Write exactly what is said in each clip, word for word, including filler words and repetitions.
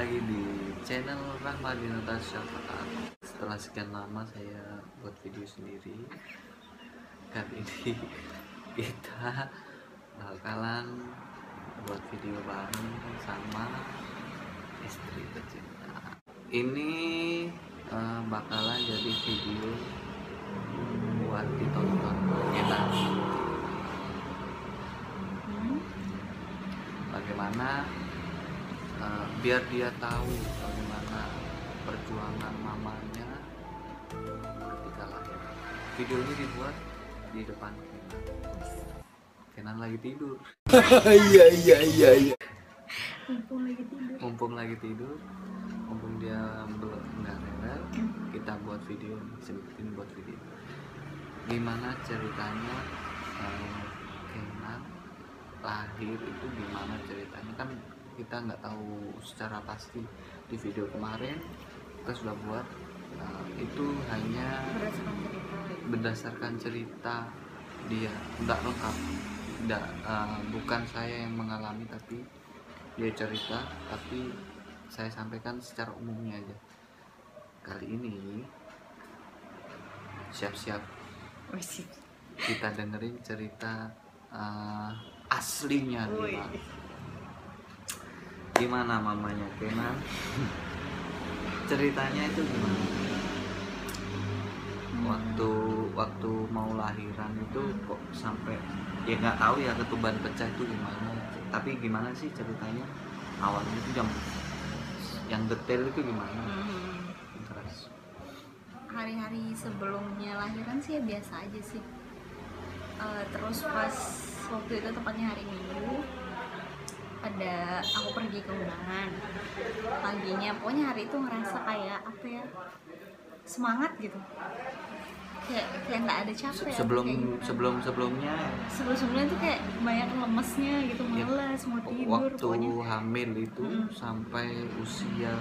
lagi di channel Rahmadi Natasha. Setelah sekian lama saya buat video sendiri, kali ini kita bakalan buat video bareng sama istri tercinta. Ini uh, bakalan jadi video buat ditonton enak. Bagaimana uh, biar dia tahu bagaimana perjuangan mamanya ketika lahir. Video ini dibuat di depan Kenan. Kenan lagi tidur. Iya iya iya iya. Mumpung lagi tidur. Mumpung lagi tidur, mumpung dia belum nggak rewel, kita buat video, sebutin buat video. Gimana ceritanya uh, Kenan lahir itu, gimana ceritanya, kan kita nggak tahu secara pasti. Di video kemarin kita sudah buat uh, itu hanya Berdasarkan cerita. berdasarkan cerita dia, nggak lengkap, nggak uh, bukan saya yang mengalami tapi dia cerita, tapi saya sampaikan secara umumnya aja. Kali ini siap-siap kita dengerin cerita uh, aslinya dia. Gimana mamanya Kenan? Ceritanya itu gimana? Waktu waktu mau lahiran itu kok sampai ya nggak tahu ya ketuban pecah itu gimana. Tapi gimana sih ceritanya? Awalnya itu jam yang detail itu gimana? Hmm. Terus Hari-hari sebelumnya lahiran sih ya biasa aja sih. Uh, terus pas waktu itu tepatnya hari Minggu, ada aku pergi ke undangan paginya. Pokoknya hari itu ngerasa kayak apa ya, semangat gitu, kayak kayak nggak ada capek. sebelum kayak gitu. sebelum sebelumnya sebelum sebelumnya tuh kayak banyak lemesnya gitu, malas mau tidur. waktu Pokoknya hamil itu Mm-mm. sampai usia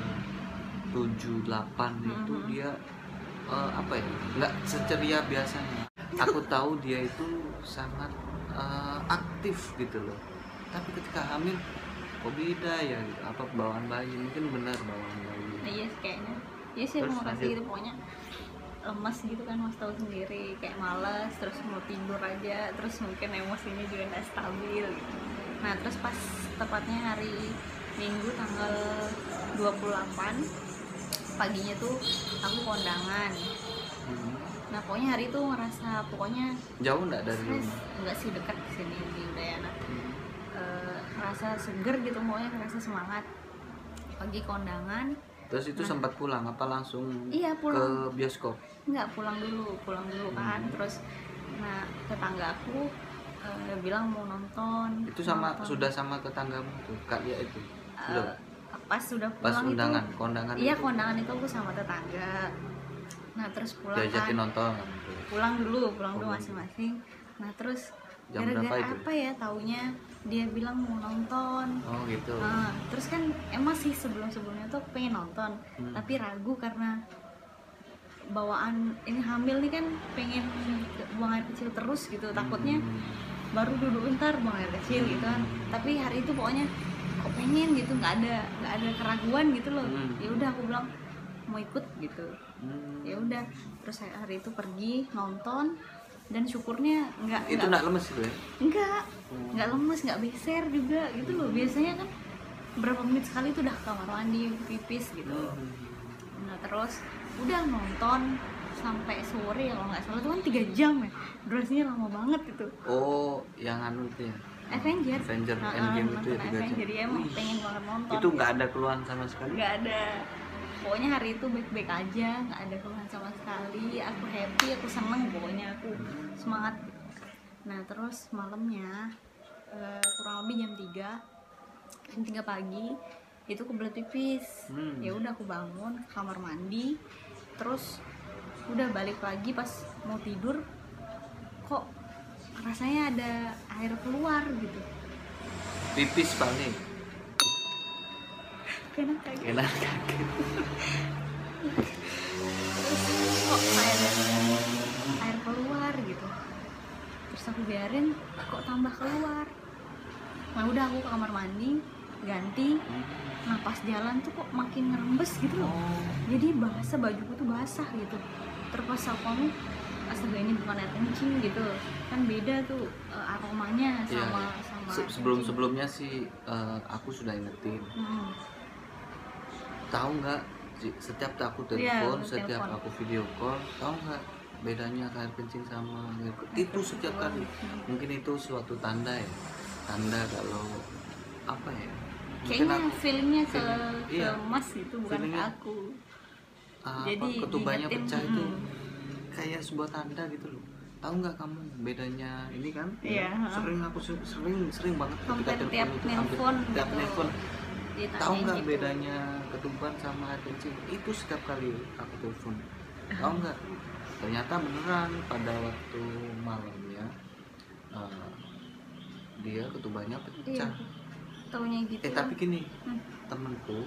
tujuh delapan itu Mm-mm. dia eh, apa ya, nggak seceria biasanya. Aku tahu dia itu sangat eh, aktif gitu loh, tapi ketika hamil kok beda ya gitu. Apa bawaan bayi, mungkin benar bawaan bayi. nah, iya kayaknya iya sih, aku Terus ngerasa lanjut. gitu. Pokoknya lemas gitu kan, mas tahu sendiri, kayak malas, terus mau tidur aja, terus mungkin emosinya juga nggak stabil gitu. Nah terus pas tepatnya hari Minggu tanggal dua puluh delapan paginya tuh aku kondangan. Mhm. Nah pokoknya hari itu ngerasa pokoknya Jauh nggak dari stres. rumah? Enggak sih, dekat di sini di Udayana. Mhm. E, ngerasa seger gitu, pokoknya ngerasa semangat pagi kondangan. Terus itu Nah. sempat pulang apa langsung Iya, ke pulang. bioskop? Enggak, pulang dulu pulang dulu kan. Hmm. Terus nah tetangga aku e, bilang mau nonton. Itu sama nonton. sudah sama tetanggamu tuh, Kak Lia itu? E, Sudah? pas sudah Pas pulang undangan, itu kondangan iya itu kondangan itu aku sama tetangga. Nah terus pulang diajakin kan, nonton. pulang dulu pulang dulu Oh. masing-masing. Nah terus Jam berapa gara-gara itu? apa ya, taunya dia bilang mau nonton. Oh gitu. Nah, terus kan emang sih sebelum-sebelumnya tuh aku pengen nonton, Hmm. tapi ragu karena bawaan ini hamil nih kan, pengen buang air kecil terus gitu. Takutnya Hmm. baru duduk bentar buang air kecil gitu kan. Tapi hari itu pokoknya kok pengen gitu, nggak ada nggak ada keraguan gitu loh. Hmm. Ya udah aku bilang mau ikut gitu. Hmm. Ya udah, terus saya hari itu pergi nonton dan syukurnya nggak Itu nggak nggak lemes itu ya? nggak Hmm. nggak lemes, nggak beser juga gitu loh. Biasanya kan berapa menit sekali tuh udah ke kamar mandi pipis gitu. Hmm. Nah terus udah nonton sampai sore ya, kalau nggak salah tuh kan tiga jam ya, durasinya lama banget itu. Oh, yang anu itu ya? Avenger, Avenger Nah, Endgame nonton itu ya tiga jam. Avenger, ya emang Wih, pengen banget nonton. itu nggak ada keluhan sama sekali? nggak ada, pokoknya hari itu baik-baik aja, nggak ada keluhan sama sekali. Aku happy, aku seneng, pokoknya aku semangat. Nah terus malamnya eh, kurang lebih jam tiga jam tiga pagi itu aku kebelet pipis. Hmm. Ya udah aku bangun ke kamar mandi, terus udah balik lagi. Pas mau tidur kok rasanya ada air keluar gitu. Pipis paling. Kena kaget. Enak kaget. Terus kok kayak ada air keluar gitu. Terus aku biarin, kok tambah keluar. Nah udah aku ke kamar mandi, ganti. Hmm. Nah pas jalan tuh kok makin ngerembes gitu loh. Oh. Jadi basah, bajuku tuh basah gitu. Terus pas aku ngomong, astaga ini bukan air kencing gitu. Kan beda tuh uh, aromanya Iya. sama sama Se- air sebelum kencing. sebelumnya sih uh, aku sudah ingetin. Hmm. Tahu nggak si- setiap aku Iya, telepon, setiap telepon. aku video call, tahu nggak bedanya air kencing sama air ke- itu setiap kali. Mungkin itu suatu tanda ya, tanda kalau apa ya? Mungkin Kayaknya aku feelingnya ke feeling- ke iya. Mas itu bukan ke Feelingnya, aku. uh, Jadi apa, ketubannya diingetin, pecah itu mm. kayak sebuah tanda gitu loh. Tahu nggak kamu bedanya ini kan? Iya, Ya, ha. sering aku se- sering sering banget Hampir telepon tiap itu, hampir nelpon tiap gitu. nelpon. Ditanyain Tahu nggak gitu. bedanya ketuban sama air kencing? Itu setiap kali aku telepon. Tahu nggak? Ternyata beneran pada waktu malamnya uh, dia ketubannya Iya, pecah. taunya gitu. Eh tapi gini, Hmm. temenku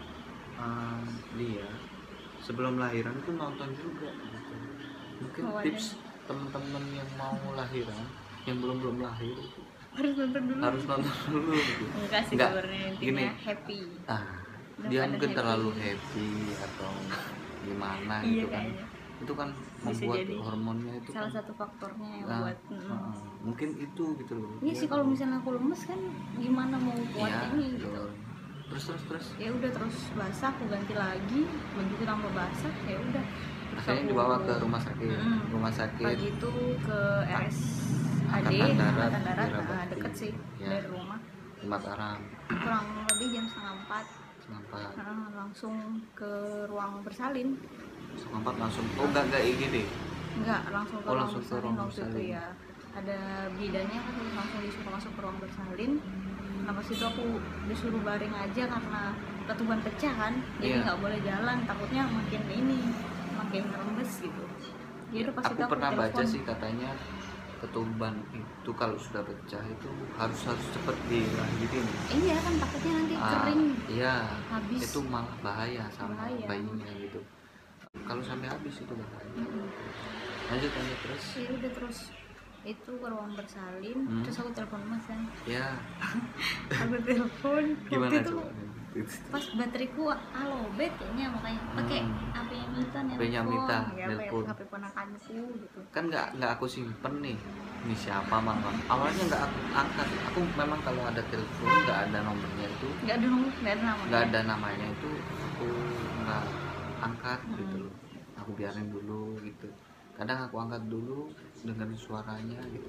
uh, dia sebelum lahiran itu nonton juga gitu. Mungkin Oh, ada. tips teman-teman yang mau lahiran, yang belum belum lahir itu harus nonton dulu. harus nonton dulu gitu. Enggak sih Enggak, sebenarnya intinya gini. happy. Ah, Udah dia pada mungkin happy. terlalu happy atau gimana Iya gitu kan. kayaknya. Itu kan Bisa membuat jadi hormonnya itu salah kan, satu faktornya yang nah, buat mm. uh, mungkin itu gitu loh. Iya Dia sih kalau tuh- misalnya aku lemes kan gimana mau buat iya, ini gitu. betul. Terus terus terus Ya udah terus basah aku ganti lagi, bajuku tambah basah, ya udah. Terus akhirnya aku- dibawa ke rumah sakit. Mm. Rumah sakit Pagi itu ke R S A D Angkatan Darat, Angkatan Darat, daerah nah, Bakti. deket sih Ya. dari rumah. di Mataram. Kurang lebih jam setengah empat. Kenapa? Nah, langsung ke ruang bersalin. Sempat langsung oh enggak enggak I G D. Enggak, langsung ke Oh, ruang langsung ke bersalin ruang waktu itu bersalin. ya. Ada bidannya kan langsung disuruh masuk ke ruang bersalin. Nah pas itu aku disuruh baring aja karena ketuban pecah kan, jadi Iya. nggak boleh jalan, takutnya makin ini, makin ngerembes gitu. Jadi pas Aku itu aku pernah baca telepon. sih katanya ketuban itu kalau sudah pecah itu harus harus cepet dilanjutin. Iya kan takutnya nanti Ah, kering. iya, Habis. itu malah bahaya sama Bahaya. bayinya gitu. Kalau sampai habis itu bahaya. Mm-mm. Lanjut lanjut terus. Ya udah terus itu ke ruang bersalin, Hmm. terus aku telepon Mas kan. Ya, Aku telepon gimana waktu itu coba? pas bateriku alobet kayaknya, makanya pakai Hmm. H P-nya Mita H P-nya nelpon, Mita, ya nelpon. H P ponakanku gitu. Kan nggak nggak aku simpen nih. Ini siapa malah? Awalnya nggak aku angkat. Aku memang kalau ada telepon nggak ada nomornya itu, Nggak ada nomor, nggak ada namanya. nggak ada namanya itu, aku nggak angkat Hmm. gitu loh. Aku biarin dulu gitu. Kadang aku angkat dulu dengerin suaranya gitu.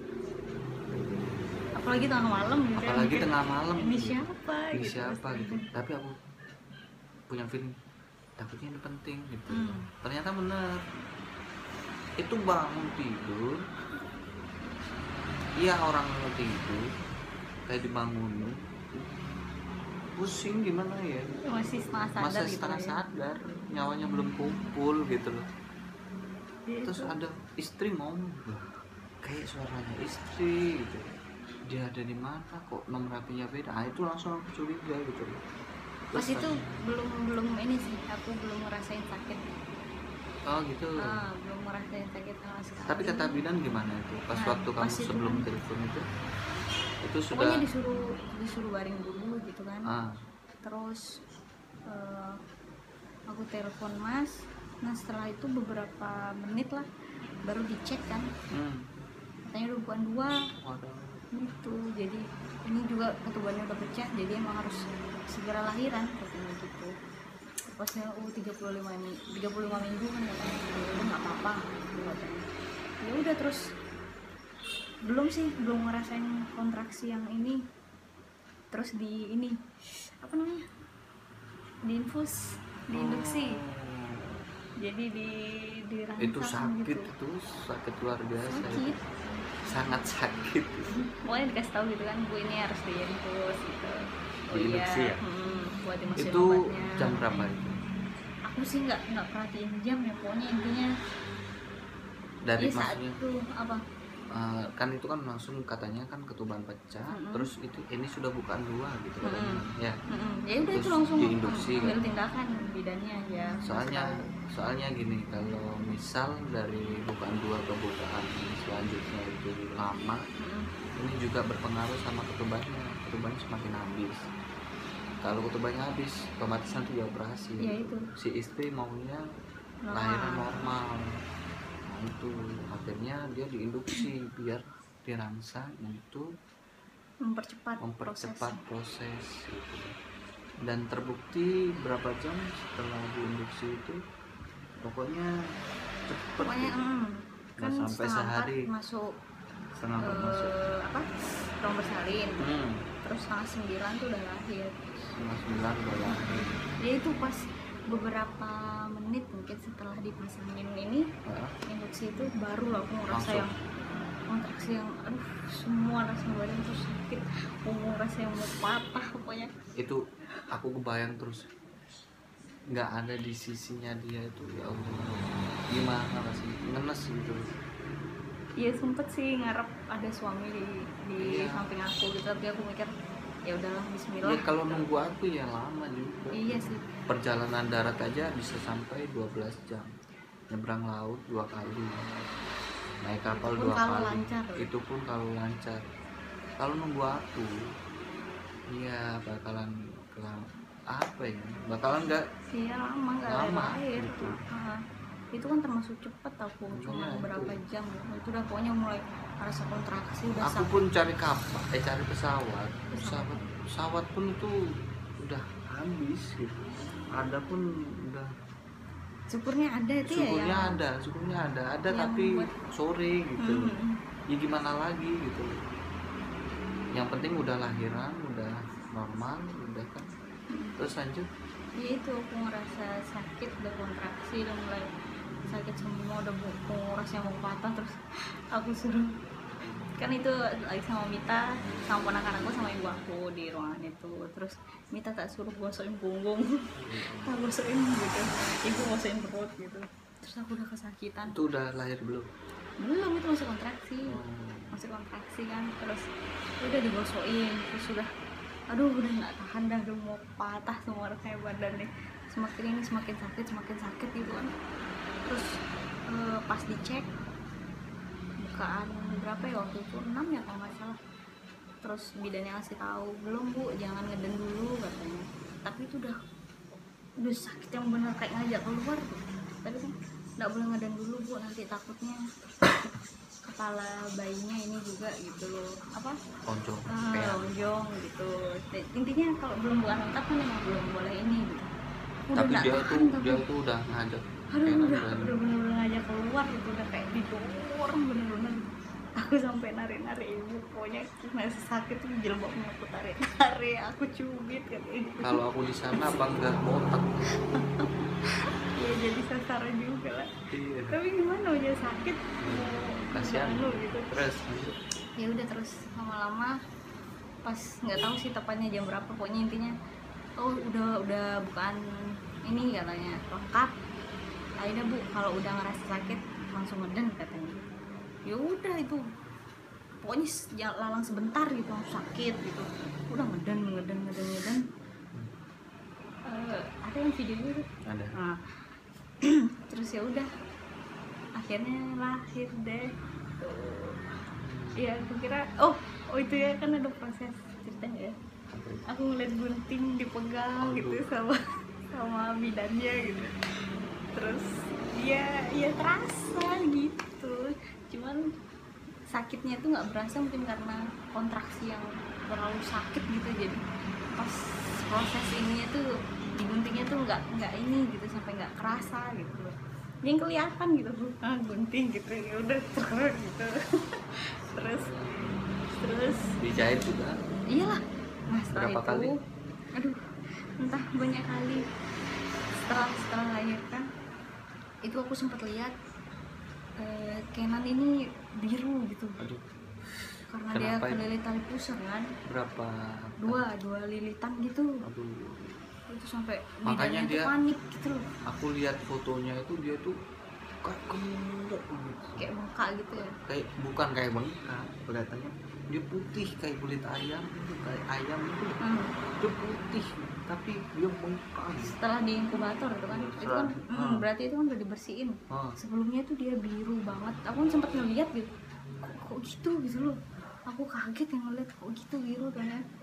Apalagi tengah malam gitu. ya, Apalagi mikir, tengah malam. Ini gitu. siapa? Ini gitu. siapa gitu. Tapi aku punya feeling takutnya ini penting gitu. Hmm. Ternyata benar. Itu bangun tidur. Iya orang mau tidur kayak dibangunin. Pusing gimana ya? Masih setengah sadar Masa gitu. setengah ya. sadar, nyawanya belum kumpul gitu loh. Dia Terus itu- ada istri ngomong, "Wah, kayak suaranya istri gitu. Dia ada di mana kok nomor H P-nya beda?" Ah, itu langsung aku curiga gitu loh. pas Terus itu belum belum ini sih, aku belum ngerasain sakit. oh gitu. Ah, belum ngerasain sakit sama sekali. Tapi kata bidan gimana itu? Pas Nah, waktu kamu pas itu sebelum kan- telepon itu, itu sudah. pokoknya disuruh disuruh baring dulu gitu kan. Ah, Terus eh, aku telepon Mas. Nah setelah itu beberapa menit lah baru dicek kan, hmm. katanya udah bukan dua Waduh. gitu. Jadi ini juga ketubannya udah pecah, jadi emang harus segera lahiran katanya gitu. Pasnya uh tiga puluh lima minggu kan katanya, itu nggak apa-apa gitu katanya. Ya udah terus belum sih belum ngerasain kontraksi yang ini. Terus di ini apa namanya, diinfus, diinduksi, jadi di dirangsang Itu sakit gitu. itu sakit luar biasa. Sakit. Itu. Sangat sakit. Pokoknya dikasih tahu gitu kan, Bu ini harus diinfus gitu. Oh Diinduksi iya, ya? hmm, buat dimasukin Itu obatnya. jam berapa itu? Aku sih nggak nggak perhatiin jam ya, pokoknya intinya Dari iya saat maksudnya itu apa? eh, kan itu kan langsung katanya kan ketuban pecah, Mm-mm. terus itu ini sudah bukan dua gitu katanya. Mm-mm. Ya. Mm-mm. Ya udah itu Terus langsung diinduksi, ambil kan? tindakan bidannya ya. Soalnya Tahu. soalnya gini, kalau misal dari bukaan dua ke bukaan selanjutnya itu lama, Mm-mm. ini juga berpengaruh sama ketubannya. Ketubannya semakin habis. kalau ketubannya habis otomatis nanti dia operasi. Ya itu. Si istri maunya Normal. lahirnya normal. Nah, itu akhirnya dia diinduksi biar dirangsang untuk mempercepat, mempercepat prosesnya. proses gitu. Dan terbukti berapa jam setelah diinduksi itu pokoknya cepet Pokoknya gitu. mm, kan Nggak sampai setengah empat sehari. masuk Setengah empat eh, masuk. apa ruang bersalin, Hmm, terus setengah sembilan tuh udah lahir. setengah sembilan udah lahir. Ya itu pas beberapa menit mungkin setelah dipasangin ini Ya, induksi itu baru lah aku ngerasa Langsung. yang kontraksi yang aduh semua rasa badan tuh sakit, punggung rasa yang mau patah pokoknya. itu aku kebayang terus nggak ada di sisinya dia itu, ya Allah gimana rasanya, ngenes gitu. Iya sempet sih ngarep ada suami di di Iya. samping aku gitu, tapi aku mikir ya udahlah Bismillah. Ya kalau nunggu aku ya lama juga. Iya sih. Perjalanan darat aja bisa sampai dua belas jam, nyebrang laut dua kali, naik kapal Itu pun dua kalau kali, lancar. itu pun kalau lancar. Kalau nunggu aku ya bakalan kelam apa ya, bakalan nggak Iya lama nggak Lama, lahir. gitu. Ah, itu kan termasuk cepet aku cuma Iya, berapa itu. jam itu udah pokoknya mulai rasa kontraksi udah aku sakit. pun cari kapal eh cari pesawat pesawat pesawat pun itu udah habis gitu, ada pun udah Syukurnya ada itu ya syukurnya yang ada syukurnya ada ada yang tapi buat- sore gitu. Hmm, Ya gimana lagi gitu, yang penting udah lahiran udah normal udah kan, terus lanjut. ya itu aku ngerasa sakit udah kontraksi udah mulai sakit semua udah bungkung rasanya mau patah terus aku suruh kan itu lagi sama Mita sama ponakan aku sama ibu aku di ruangan itu, terus Mita tak suruh gosokin punggung tak gosokin gitu, ibu gosokin perut gitu, terus aku udah kesakitan. Itu udah lahir belum? Belum, itu masih kontraksi Oh, masih kontraksi kan, terus udah digosokin terus udah aduh udah nggak tahan dah udah mau patah semua rasanya badan nih, semakin ini semakin sakit semakin sakit gitu kan. Terus eh, pas dicek bukaan berapa ya waktu itu, enam ya kalau nggak salah, terus bidannya ngasih tahu belum bu jangan ngeden dulu katanya, tapi itu udah udah sakit yang bener kayak ngajak keluar tuh. Tapi kan nggak boleh ngeden dulu bu, nanti takutnya kepala bayinya ini juga gitu loh apa konco ah, kayak lonjong gitu. Intinya kalau belum bukan lengkap kan emang belum boleh ini gitu. Udah tapi nggak dia tahan, tuh tapi dia tuh udah ngajak aduh kayak udah nonton. udah bener-bener ngajak keluar gitu, udah kayak didorong bener-bener. Aku sampai nari-nari ibu, pokoknya masih sakit tuh jilbabnya aku tarik-tarik, aku cubit kayak gitu. Kalau aku di sana bangga botak. Ya jadi sasaran juga lah. Iya. Tapi gimana udah sakit Kasihan. lu gitu. Terus lanjut. Ya udah terus lama-lama pas nggak tahu sih tepatnya jam berapa, pokoknya intinya oh udah udah bukan ini katanya lengkap. Aida bu kalau udah ngerasa sakit langsung ngeden katanya. Ya udah itu pokoknya jangan lalang sebentar gitu langsung sakit gitu, udah ngeden ngeden ngeden ngeden. Eh, ada yang videonya tuh. Ada. Nah, terus ya udah akhirnya lahir deh. Ya aku kira oh oh itu ya kan ada proses ceritanya ya. Aku ngeliat gunting dipegang gitu sama sama bidannya gitu. Terus dia ya terasa gitu, cuman sakitnya tuh nggak berasa mungkin karena kontraksi yang terlalu sakit gitu, jadi pas proses ininya tuh diguntingnya tuh nggak nggak ini gitu sampai nggak kerasa gitu, yang kelihatan gitu ah gunting gitu ya udah terus gitu. terus terus Dijahit juga. iyalah nah setelah Berapa itu kali? aduh entah banyak kali setelah setelah lahirkan itu aku sempat lihat eh, Kenan ini biru gitu Aduh, karena Kenapa dia itu? kelilit tali pusar kan, berapa? dua dua lilitan gitu, Aduh, itu sampai Makanya bidannya tuh dia- panik gitu loh, aku lihat fotonya itu dia tuh kayak gemuk gitu. kayak bengkak gitu ya. Kayak bukan kayak bengkak, kelihatannya dia putih kayak kulit ayam gitu, kayak ayam itu. Hmm. Dia putih tapi dia bengkak gitu. Setelah di inkubator itu kan, itu kan Setelah- hmm, hmm. berarti itu kan udah dibersihin. Oh, Sebelumnya tuh dia biru banget, aku kan sempat ngeliat gitu, kok, kok gitu gitu loh, aku kaget yang ngeliat kok gitu biru kan ya.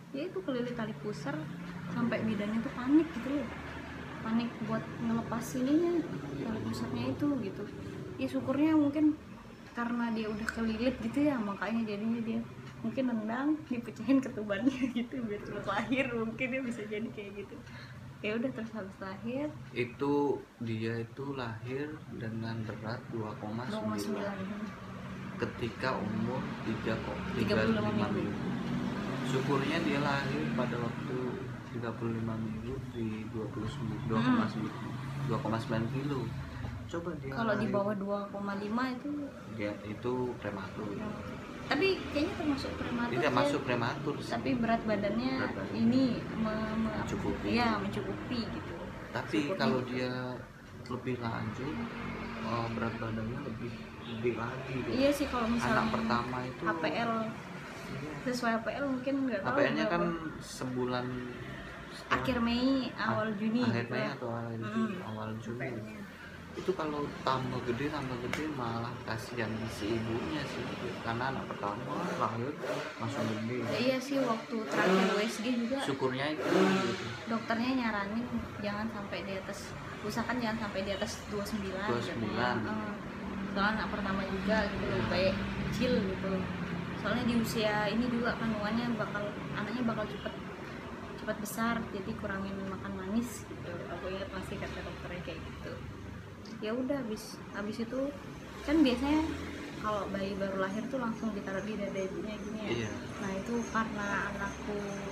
ya itu kelilit tali pusar sampai bidannya tuh panik gitu loh, panik buat ngelepas ininya tali pusarnya itu gitu. Ya syukurnya mungkin karena dia udah kelilit gitu ya, makanya jadinya dia mungkin nendang dipecahin ketubannya gitu biar cepet lahir, mungkin dia bisa jadi kayak gitu. Ya udah terus habis lahir Itu dia itu lahir dengan berat dua koma dua koma sembilan sembilan ketika umur tiga tiga puluh lima lima minggu. minggu. Syukurnya dia lahir pada waktu tiga puluh lima minggu di dua puluh sembilan dua koma sembilan kilo. Coba dia Kalau di lahir, bawah dua koma lima itu dia itu prematur. tapi kayaknya termasuk prematur Tidak ya. masuk prematur sih. Tapi berat badannya Berat badan. ini me- me- Mencukupi. ya mencukupi gitu. Tapi Syukurnya. kalau dia lebih lanjut, oh, berat badannya lebih lebih lagi gitu. Iya sih kalau misalnya Anak pertama itu H P L iya. sesuai H P L mungkin nggak tahu H P L-nya berapa. kan sebulan setelah- Akhir Mei awal Juni akhir gitu Mei ya. atau awal Mm. Juni, awal H P Juni. L-nya. Itu kalau tambah gede tambah gede malah kasihan si ibunya sih, karena anak pertama lahir langsung gede. Ya, iya sih waktu terakhir U S G juga Syukurnya itu gitu. dokternya nyaranin jangan sampai di atas, usahakan jangan sampai di atas dua puluh sembilan. dua puluh sembilan. katanya. Heeh. Soalnya anak pertama juga gitu, baik kecil gitu. Soalnya di usia ini juga kandungannya bakal anaknya bakal cepet cepet besar, jadi kurangin makan manis gitu. Aku ingat masih kata dokternya kayak gitu. Ya udah habis habis itu kan biasanya kalau bayi baru lahir tuh langsung ditaruh di dada ibunya gini ya. Iya. Nah itu karena anakku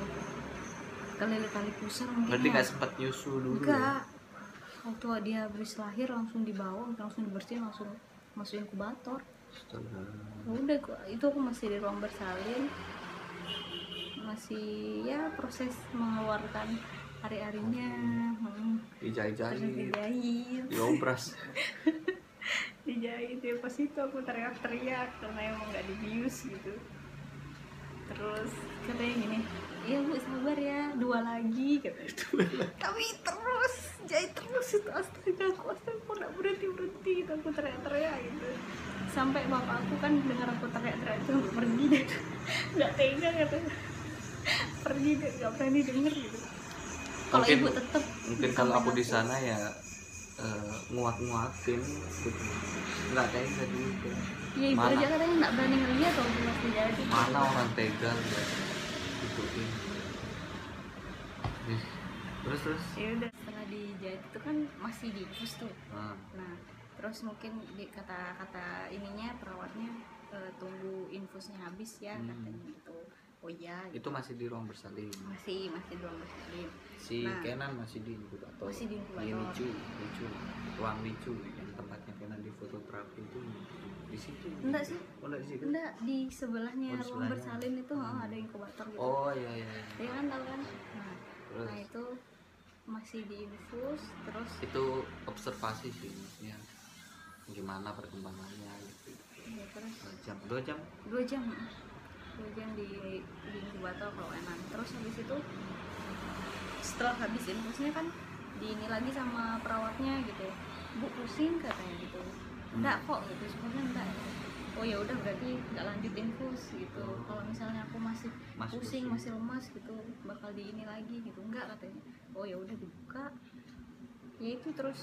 kelilit tali pusar mungkin Berarti ya. nggak sempat nyusu dulu. Enggak. Waktu dia habis lahir langsung dibawa, langsung dibersihin, langsung masukin inkubator. Astaga. Ya udah gua- itu aku masih di ruang bersalin, masih ya proses mengeluarkan hari-harinya. Hmm. Terus Dijahit-jahit, dijahit, diobras. dijahit ya pas itu aku teriak-teriak karena emang nggak dibius gitu. Terus katanya gini, iya bu sabar ya, dua lagi katanya. Tapi terus jahit terus itu, astaga aku astaga aku nggak berhenti berhenti gitu, aku teriak-teriak gitu. Sampai bapak aku kan dengar aku teriak-teriak itu sampai pergi deh, nggak tega katanya, pergi deh, nggak berani denger gitu. Kalau Mungkin- ibu tetep Mungkin kalau aku di sana ya eh, nguat-nguatin gitu. Nggak tega juga. ya ibu Mana? aja katanya nggak berani ngeliat kalau aku masih jadi. Mana orang tega ya gituin. Ih, terus terus Ya udah setelah dijahit itu kan masih diinfus tuh. nah, Nah, terus mungkin di kata-kata ininya perawatnya eh, tunggu infusnya habis ya Hmm. katanya gitu. Oh iya, itu masih di ruang bersalin. masih masih doang bersalin. Si Nah. Kenan masih di inkubator. Masih di inkubator. Di Licu, Licu, ruang Licu yang tempatnya Kenan di fototerapi itu di situ. Enggak sih, Oh, enggak di situ. enggak di sebelahnya Oh, di ruang sebelahnya. bersalin itu Hmm. oh, ada inkubator gitu. Oh iya iya. iya. Ya kan tahu kan? Nah, Terus nah itu masih diinfus terus itu observasi sih ya. Gimana perkembangannya gitu. ya terus Dua jam, dua jam. dua jam dua jam di, di inkubator kalau enak. Terus habis itu setelah habis infusnya kan di ini lagi sama perawatnya gitu, bu pusing katanya gitu, enggak kok gitu, sebenarnya enggak gitu. Oh ya udah berarti nggak lanjut infus gitu. Kalau misalnya aku masih Masih pusing, pusing. masih lemas gitu, bakal di ini lagi gitu, enggak katanya. Oh ya udah dibuka, ya itu terus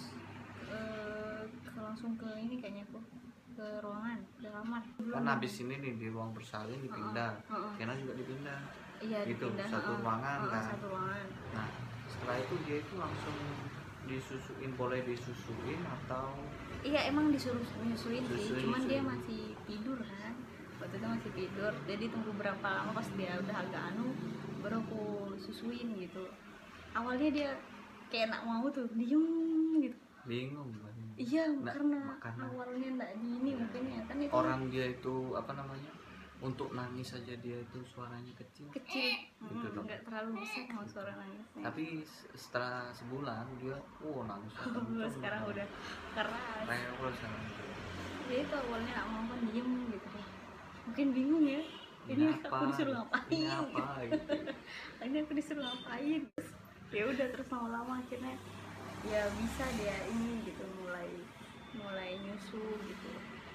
eh, ke- langsung ke ini kayaknya aku ke ruangan, ke kamar. Kan habis ini nih di ruang bersalin dipindah. Heeh. Kenan juga dipindah. Iya Gitu, dipindah, satu heeh. ruangan Heeh, kan. satu ruangan. Nah, setelah itu dia itu langsung disusuin, boleh disusuin atau Iya emang disuruh nyusuin sih, Susuin, cuman dia susuin. masih tidur kan. Waktu itu masih tidur, jadi tunggu berapa lama pas dia udah agak anu, baru aku susuin gitu. Awalnya dia kayak nak mau tuh, diem gitu. bingung kan? Iya Nggak, karena karena- awalnya nggak di ini mungkin ya kan itu Orang dia itu apa namanya? Untuk nangis saja dia itu suaranya kecil. kecil, Gitu hmm, dong. nggak terlalu besar mau suara nangisnya. Tapi s- setelah sebulan dia, oh nangis. Gue sekarang udah keras. rewel sekarang. Dia itu awalnya nggak mau kan diem gitu. Mungkin bingung ya. Ini aku disuruh ngapain? Ini apa gitu. Ini aku disuruh ngapain? Ya udah terus lama-lama akhirnya ya bisa dia ini gitu mulai mulai nyusu gitu.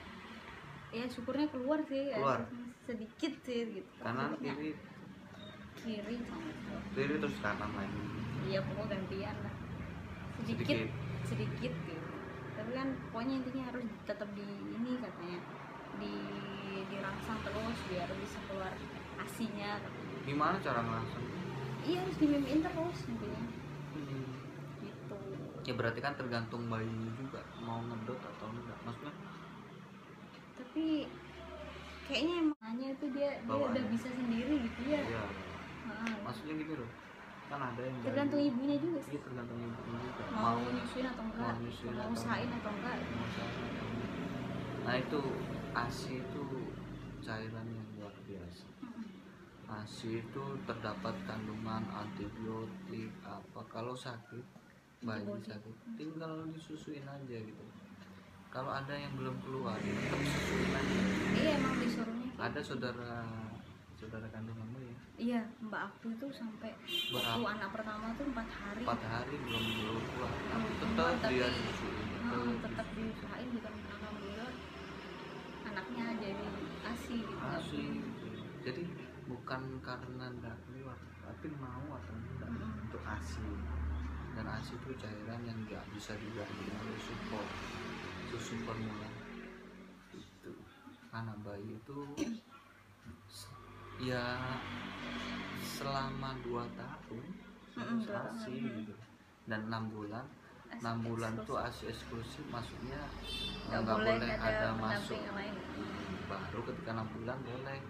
Ya syukurnya keluar sih, Keluar. ya, sedikit sih gitu. Kanan Akhirnya kiri kiri sama kiri terus kanan lagi. iya pokoknya gantian lah sedikit Sedikit. sedikit gitu tapi kan pokoknya intinya harus tetap di ini katanya di dirangsang terus biar bisa keluar asinya katanya. Gimana cara ngelangsung? Iya harus dimimiin terus intinya Hmm. gitu. Ya berarti kan tergantung bayinya juga mau ngedot atau enggak, maksudnya Tapi kayaknya emangnya itu dia dia Bawaan. udah bisa sendiri gitu ya. ya Heeh. maksudnya gitu loh, kan ada yang Tergantung bayi- ibunya juga sih. Iya, tergantung ibunya juga Mau nyusuin atau enggak, mau nyusuin mau atau usahain atau enggak. mau usahain atau enggak. Nah itu ASI itu cairan yang luar biasa. ASI itu terdapat kandungan antibiotik apa, kalau sakit bayi Antibiotik. sakit tinggal disusuin aja gitu. Kalau ada yang belum keluar tetap susuin aja. Iya emang disuruhnya. Ada saudara saudara kandunganmu ya Iya mbak aku itu sampai waktu Berapa? anak pertama tuh empat hari. empat hari belum belum keluar tapi Belum tetap keluar, dia tapi- susuin Heeh, tetap tetap diusahain gitu alhamdulillah anaknya jadi ASI gitu. ASI gitu. Jadi bukan karena enggak keluar tapi mau atau enggak Mm-mm. untuk ASI. Dan ASI itu cairan yang nggak bisa diganti oleh support susu formula itu. Karena bayi itu s- ya selama dua tahun Mm-mm, harus dua tahun. ASI Mm-mm. gitu. Dan enam bulan ASI enam bulan eksklusif. tuh ASI eksklusif, maksudnya Nggak nggak boleh boleh ada ada pendamping masuk. yang lain. Baru ketika enam bulan boleh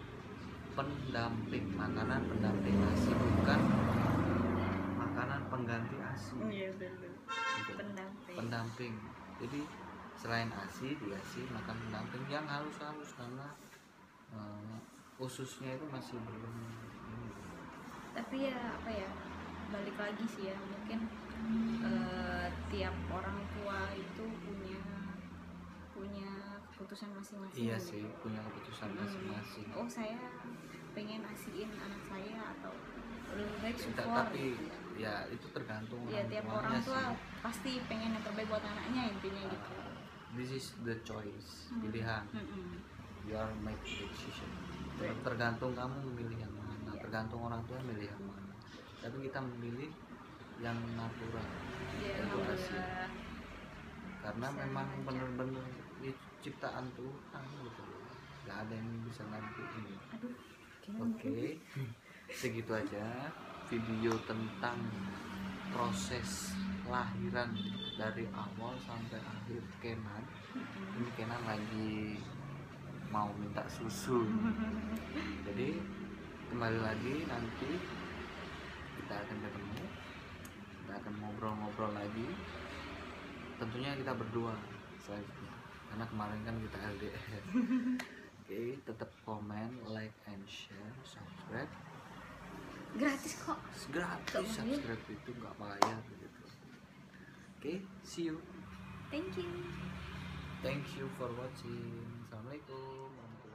pendamping, makanan pendamping ASI, bukan makanan pengganti ASI. Iya betul. Gitu. Pendamping. Pendamping. Jadi selain ASI dikasih makan pendamping yang halus-halus karena eh, ususnya itu masih belum ini. Tapi ya apa ya balik lagi sih ya mungkin eh, tiap orang tua itu punya punya keputusan masing-masing. Iya gitu. sih, punya keputusan Hmm. masing-masing. Oh saya pengen asihin anak saya atau lebih baik Kita- support. tapi ya itu tergantung Ya orang tiap tuanya orang tua sih. pasti pengen yang terbaik buat anaknya intinya gitu. Uh, this is the choice, Hmm. pilihan. Mm-mm. You are make the decision. Betul. Tergantung kamu memilih yang mana, Iya. tergantung orang tua memilih yang mana. Tapi kita memilih yang natural, Ya Itu ASI. alhamdulillah. karena Bisa memang lancar. benar-benar itu ciptaan Tuhan gitu. Gak ada yang bisa gantiin. Aduh. kayaknya Oke, segitu aja video tentang proses lahiran dari awal sampai akhir Kenan. Mm-mm. Ini Kenan lagi mau minta susu. Jadi kembali lagi nanti kita akan ketemu, kita akan ngobrol-ngobrol lagi. Tentunya kita berdua selanjutnya, karena kemarin kan kita L D R. Oke, tetap komen, like, and share, subscribe. Gratis kok. Gratis Nggak bayar. subscribe itu nggak bayar gitu. Oke, see you. Thank you. Thank you for watching. Assalamualaikum warahmatullahi wabarakatuh.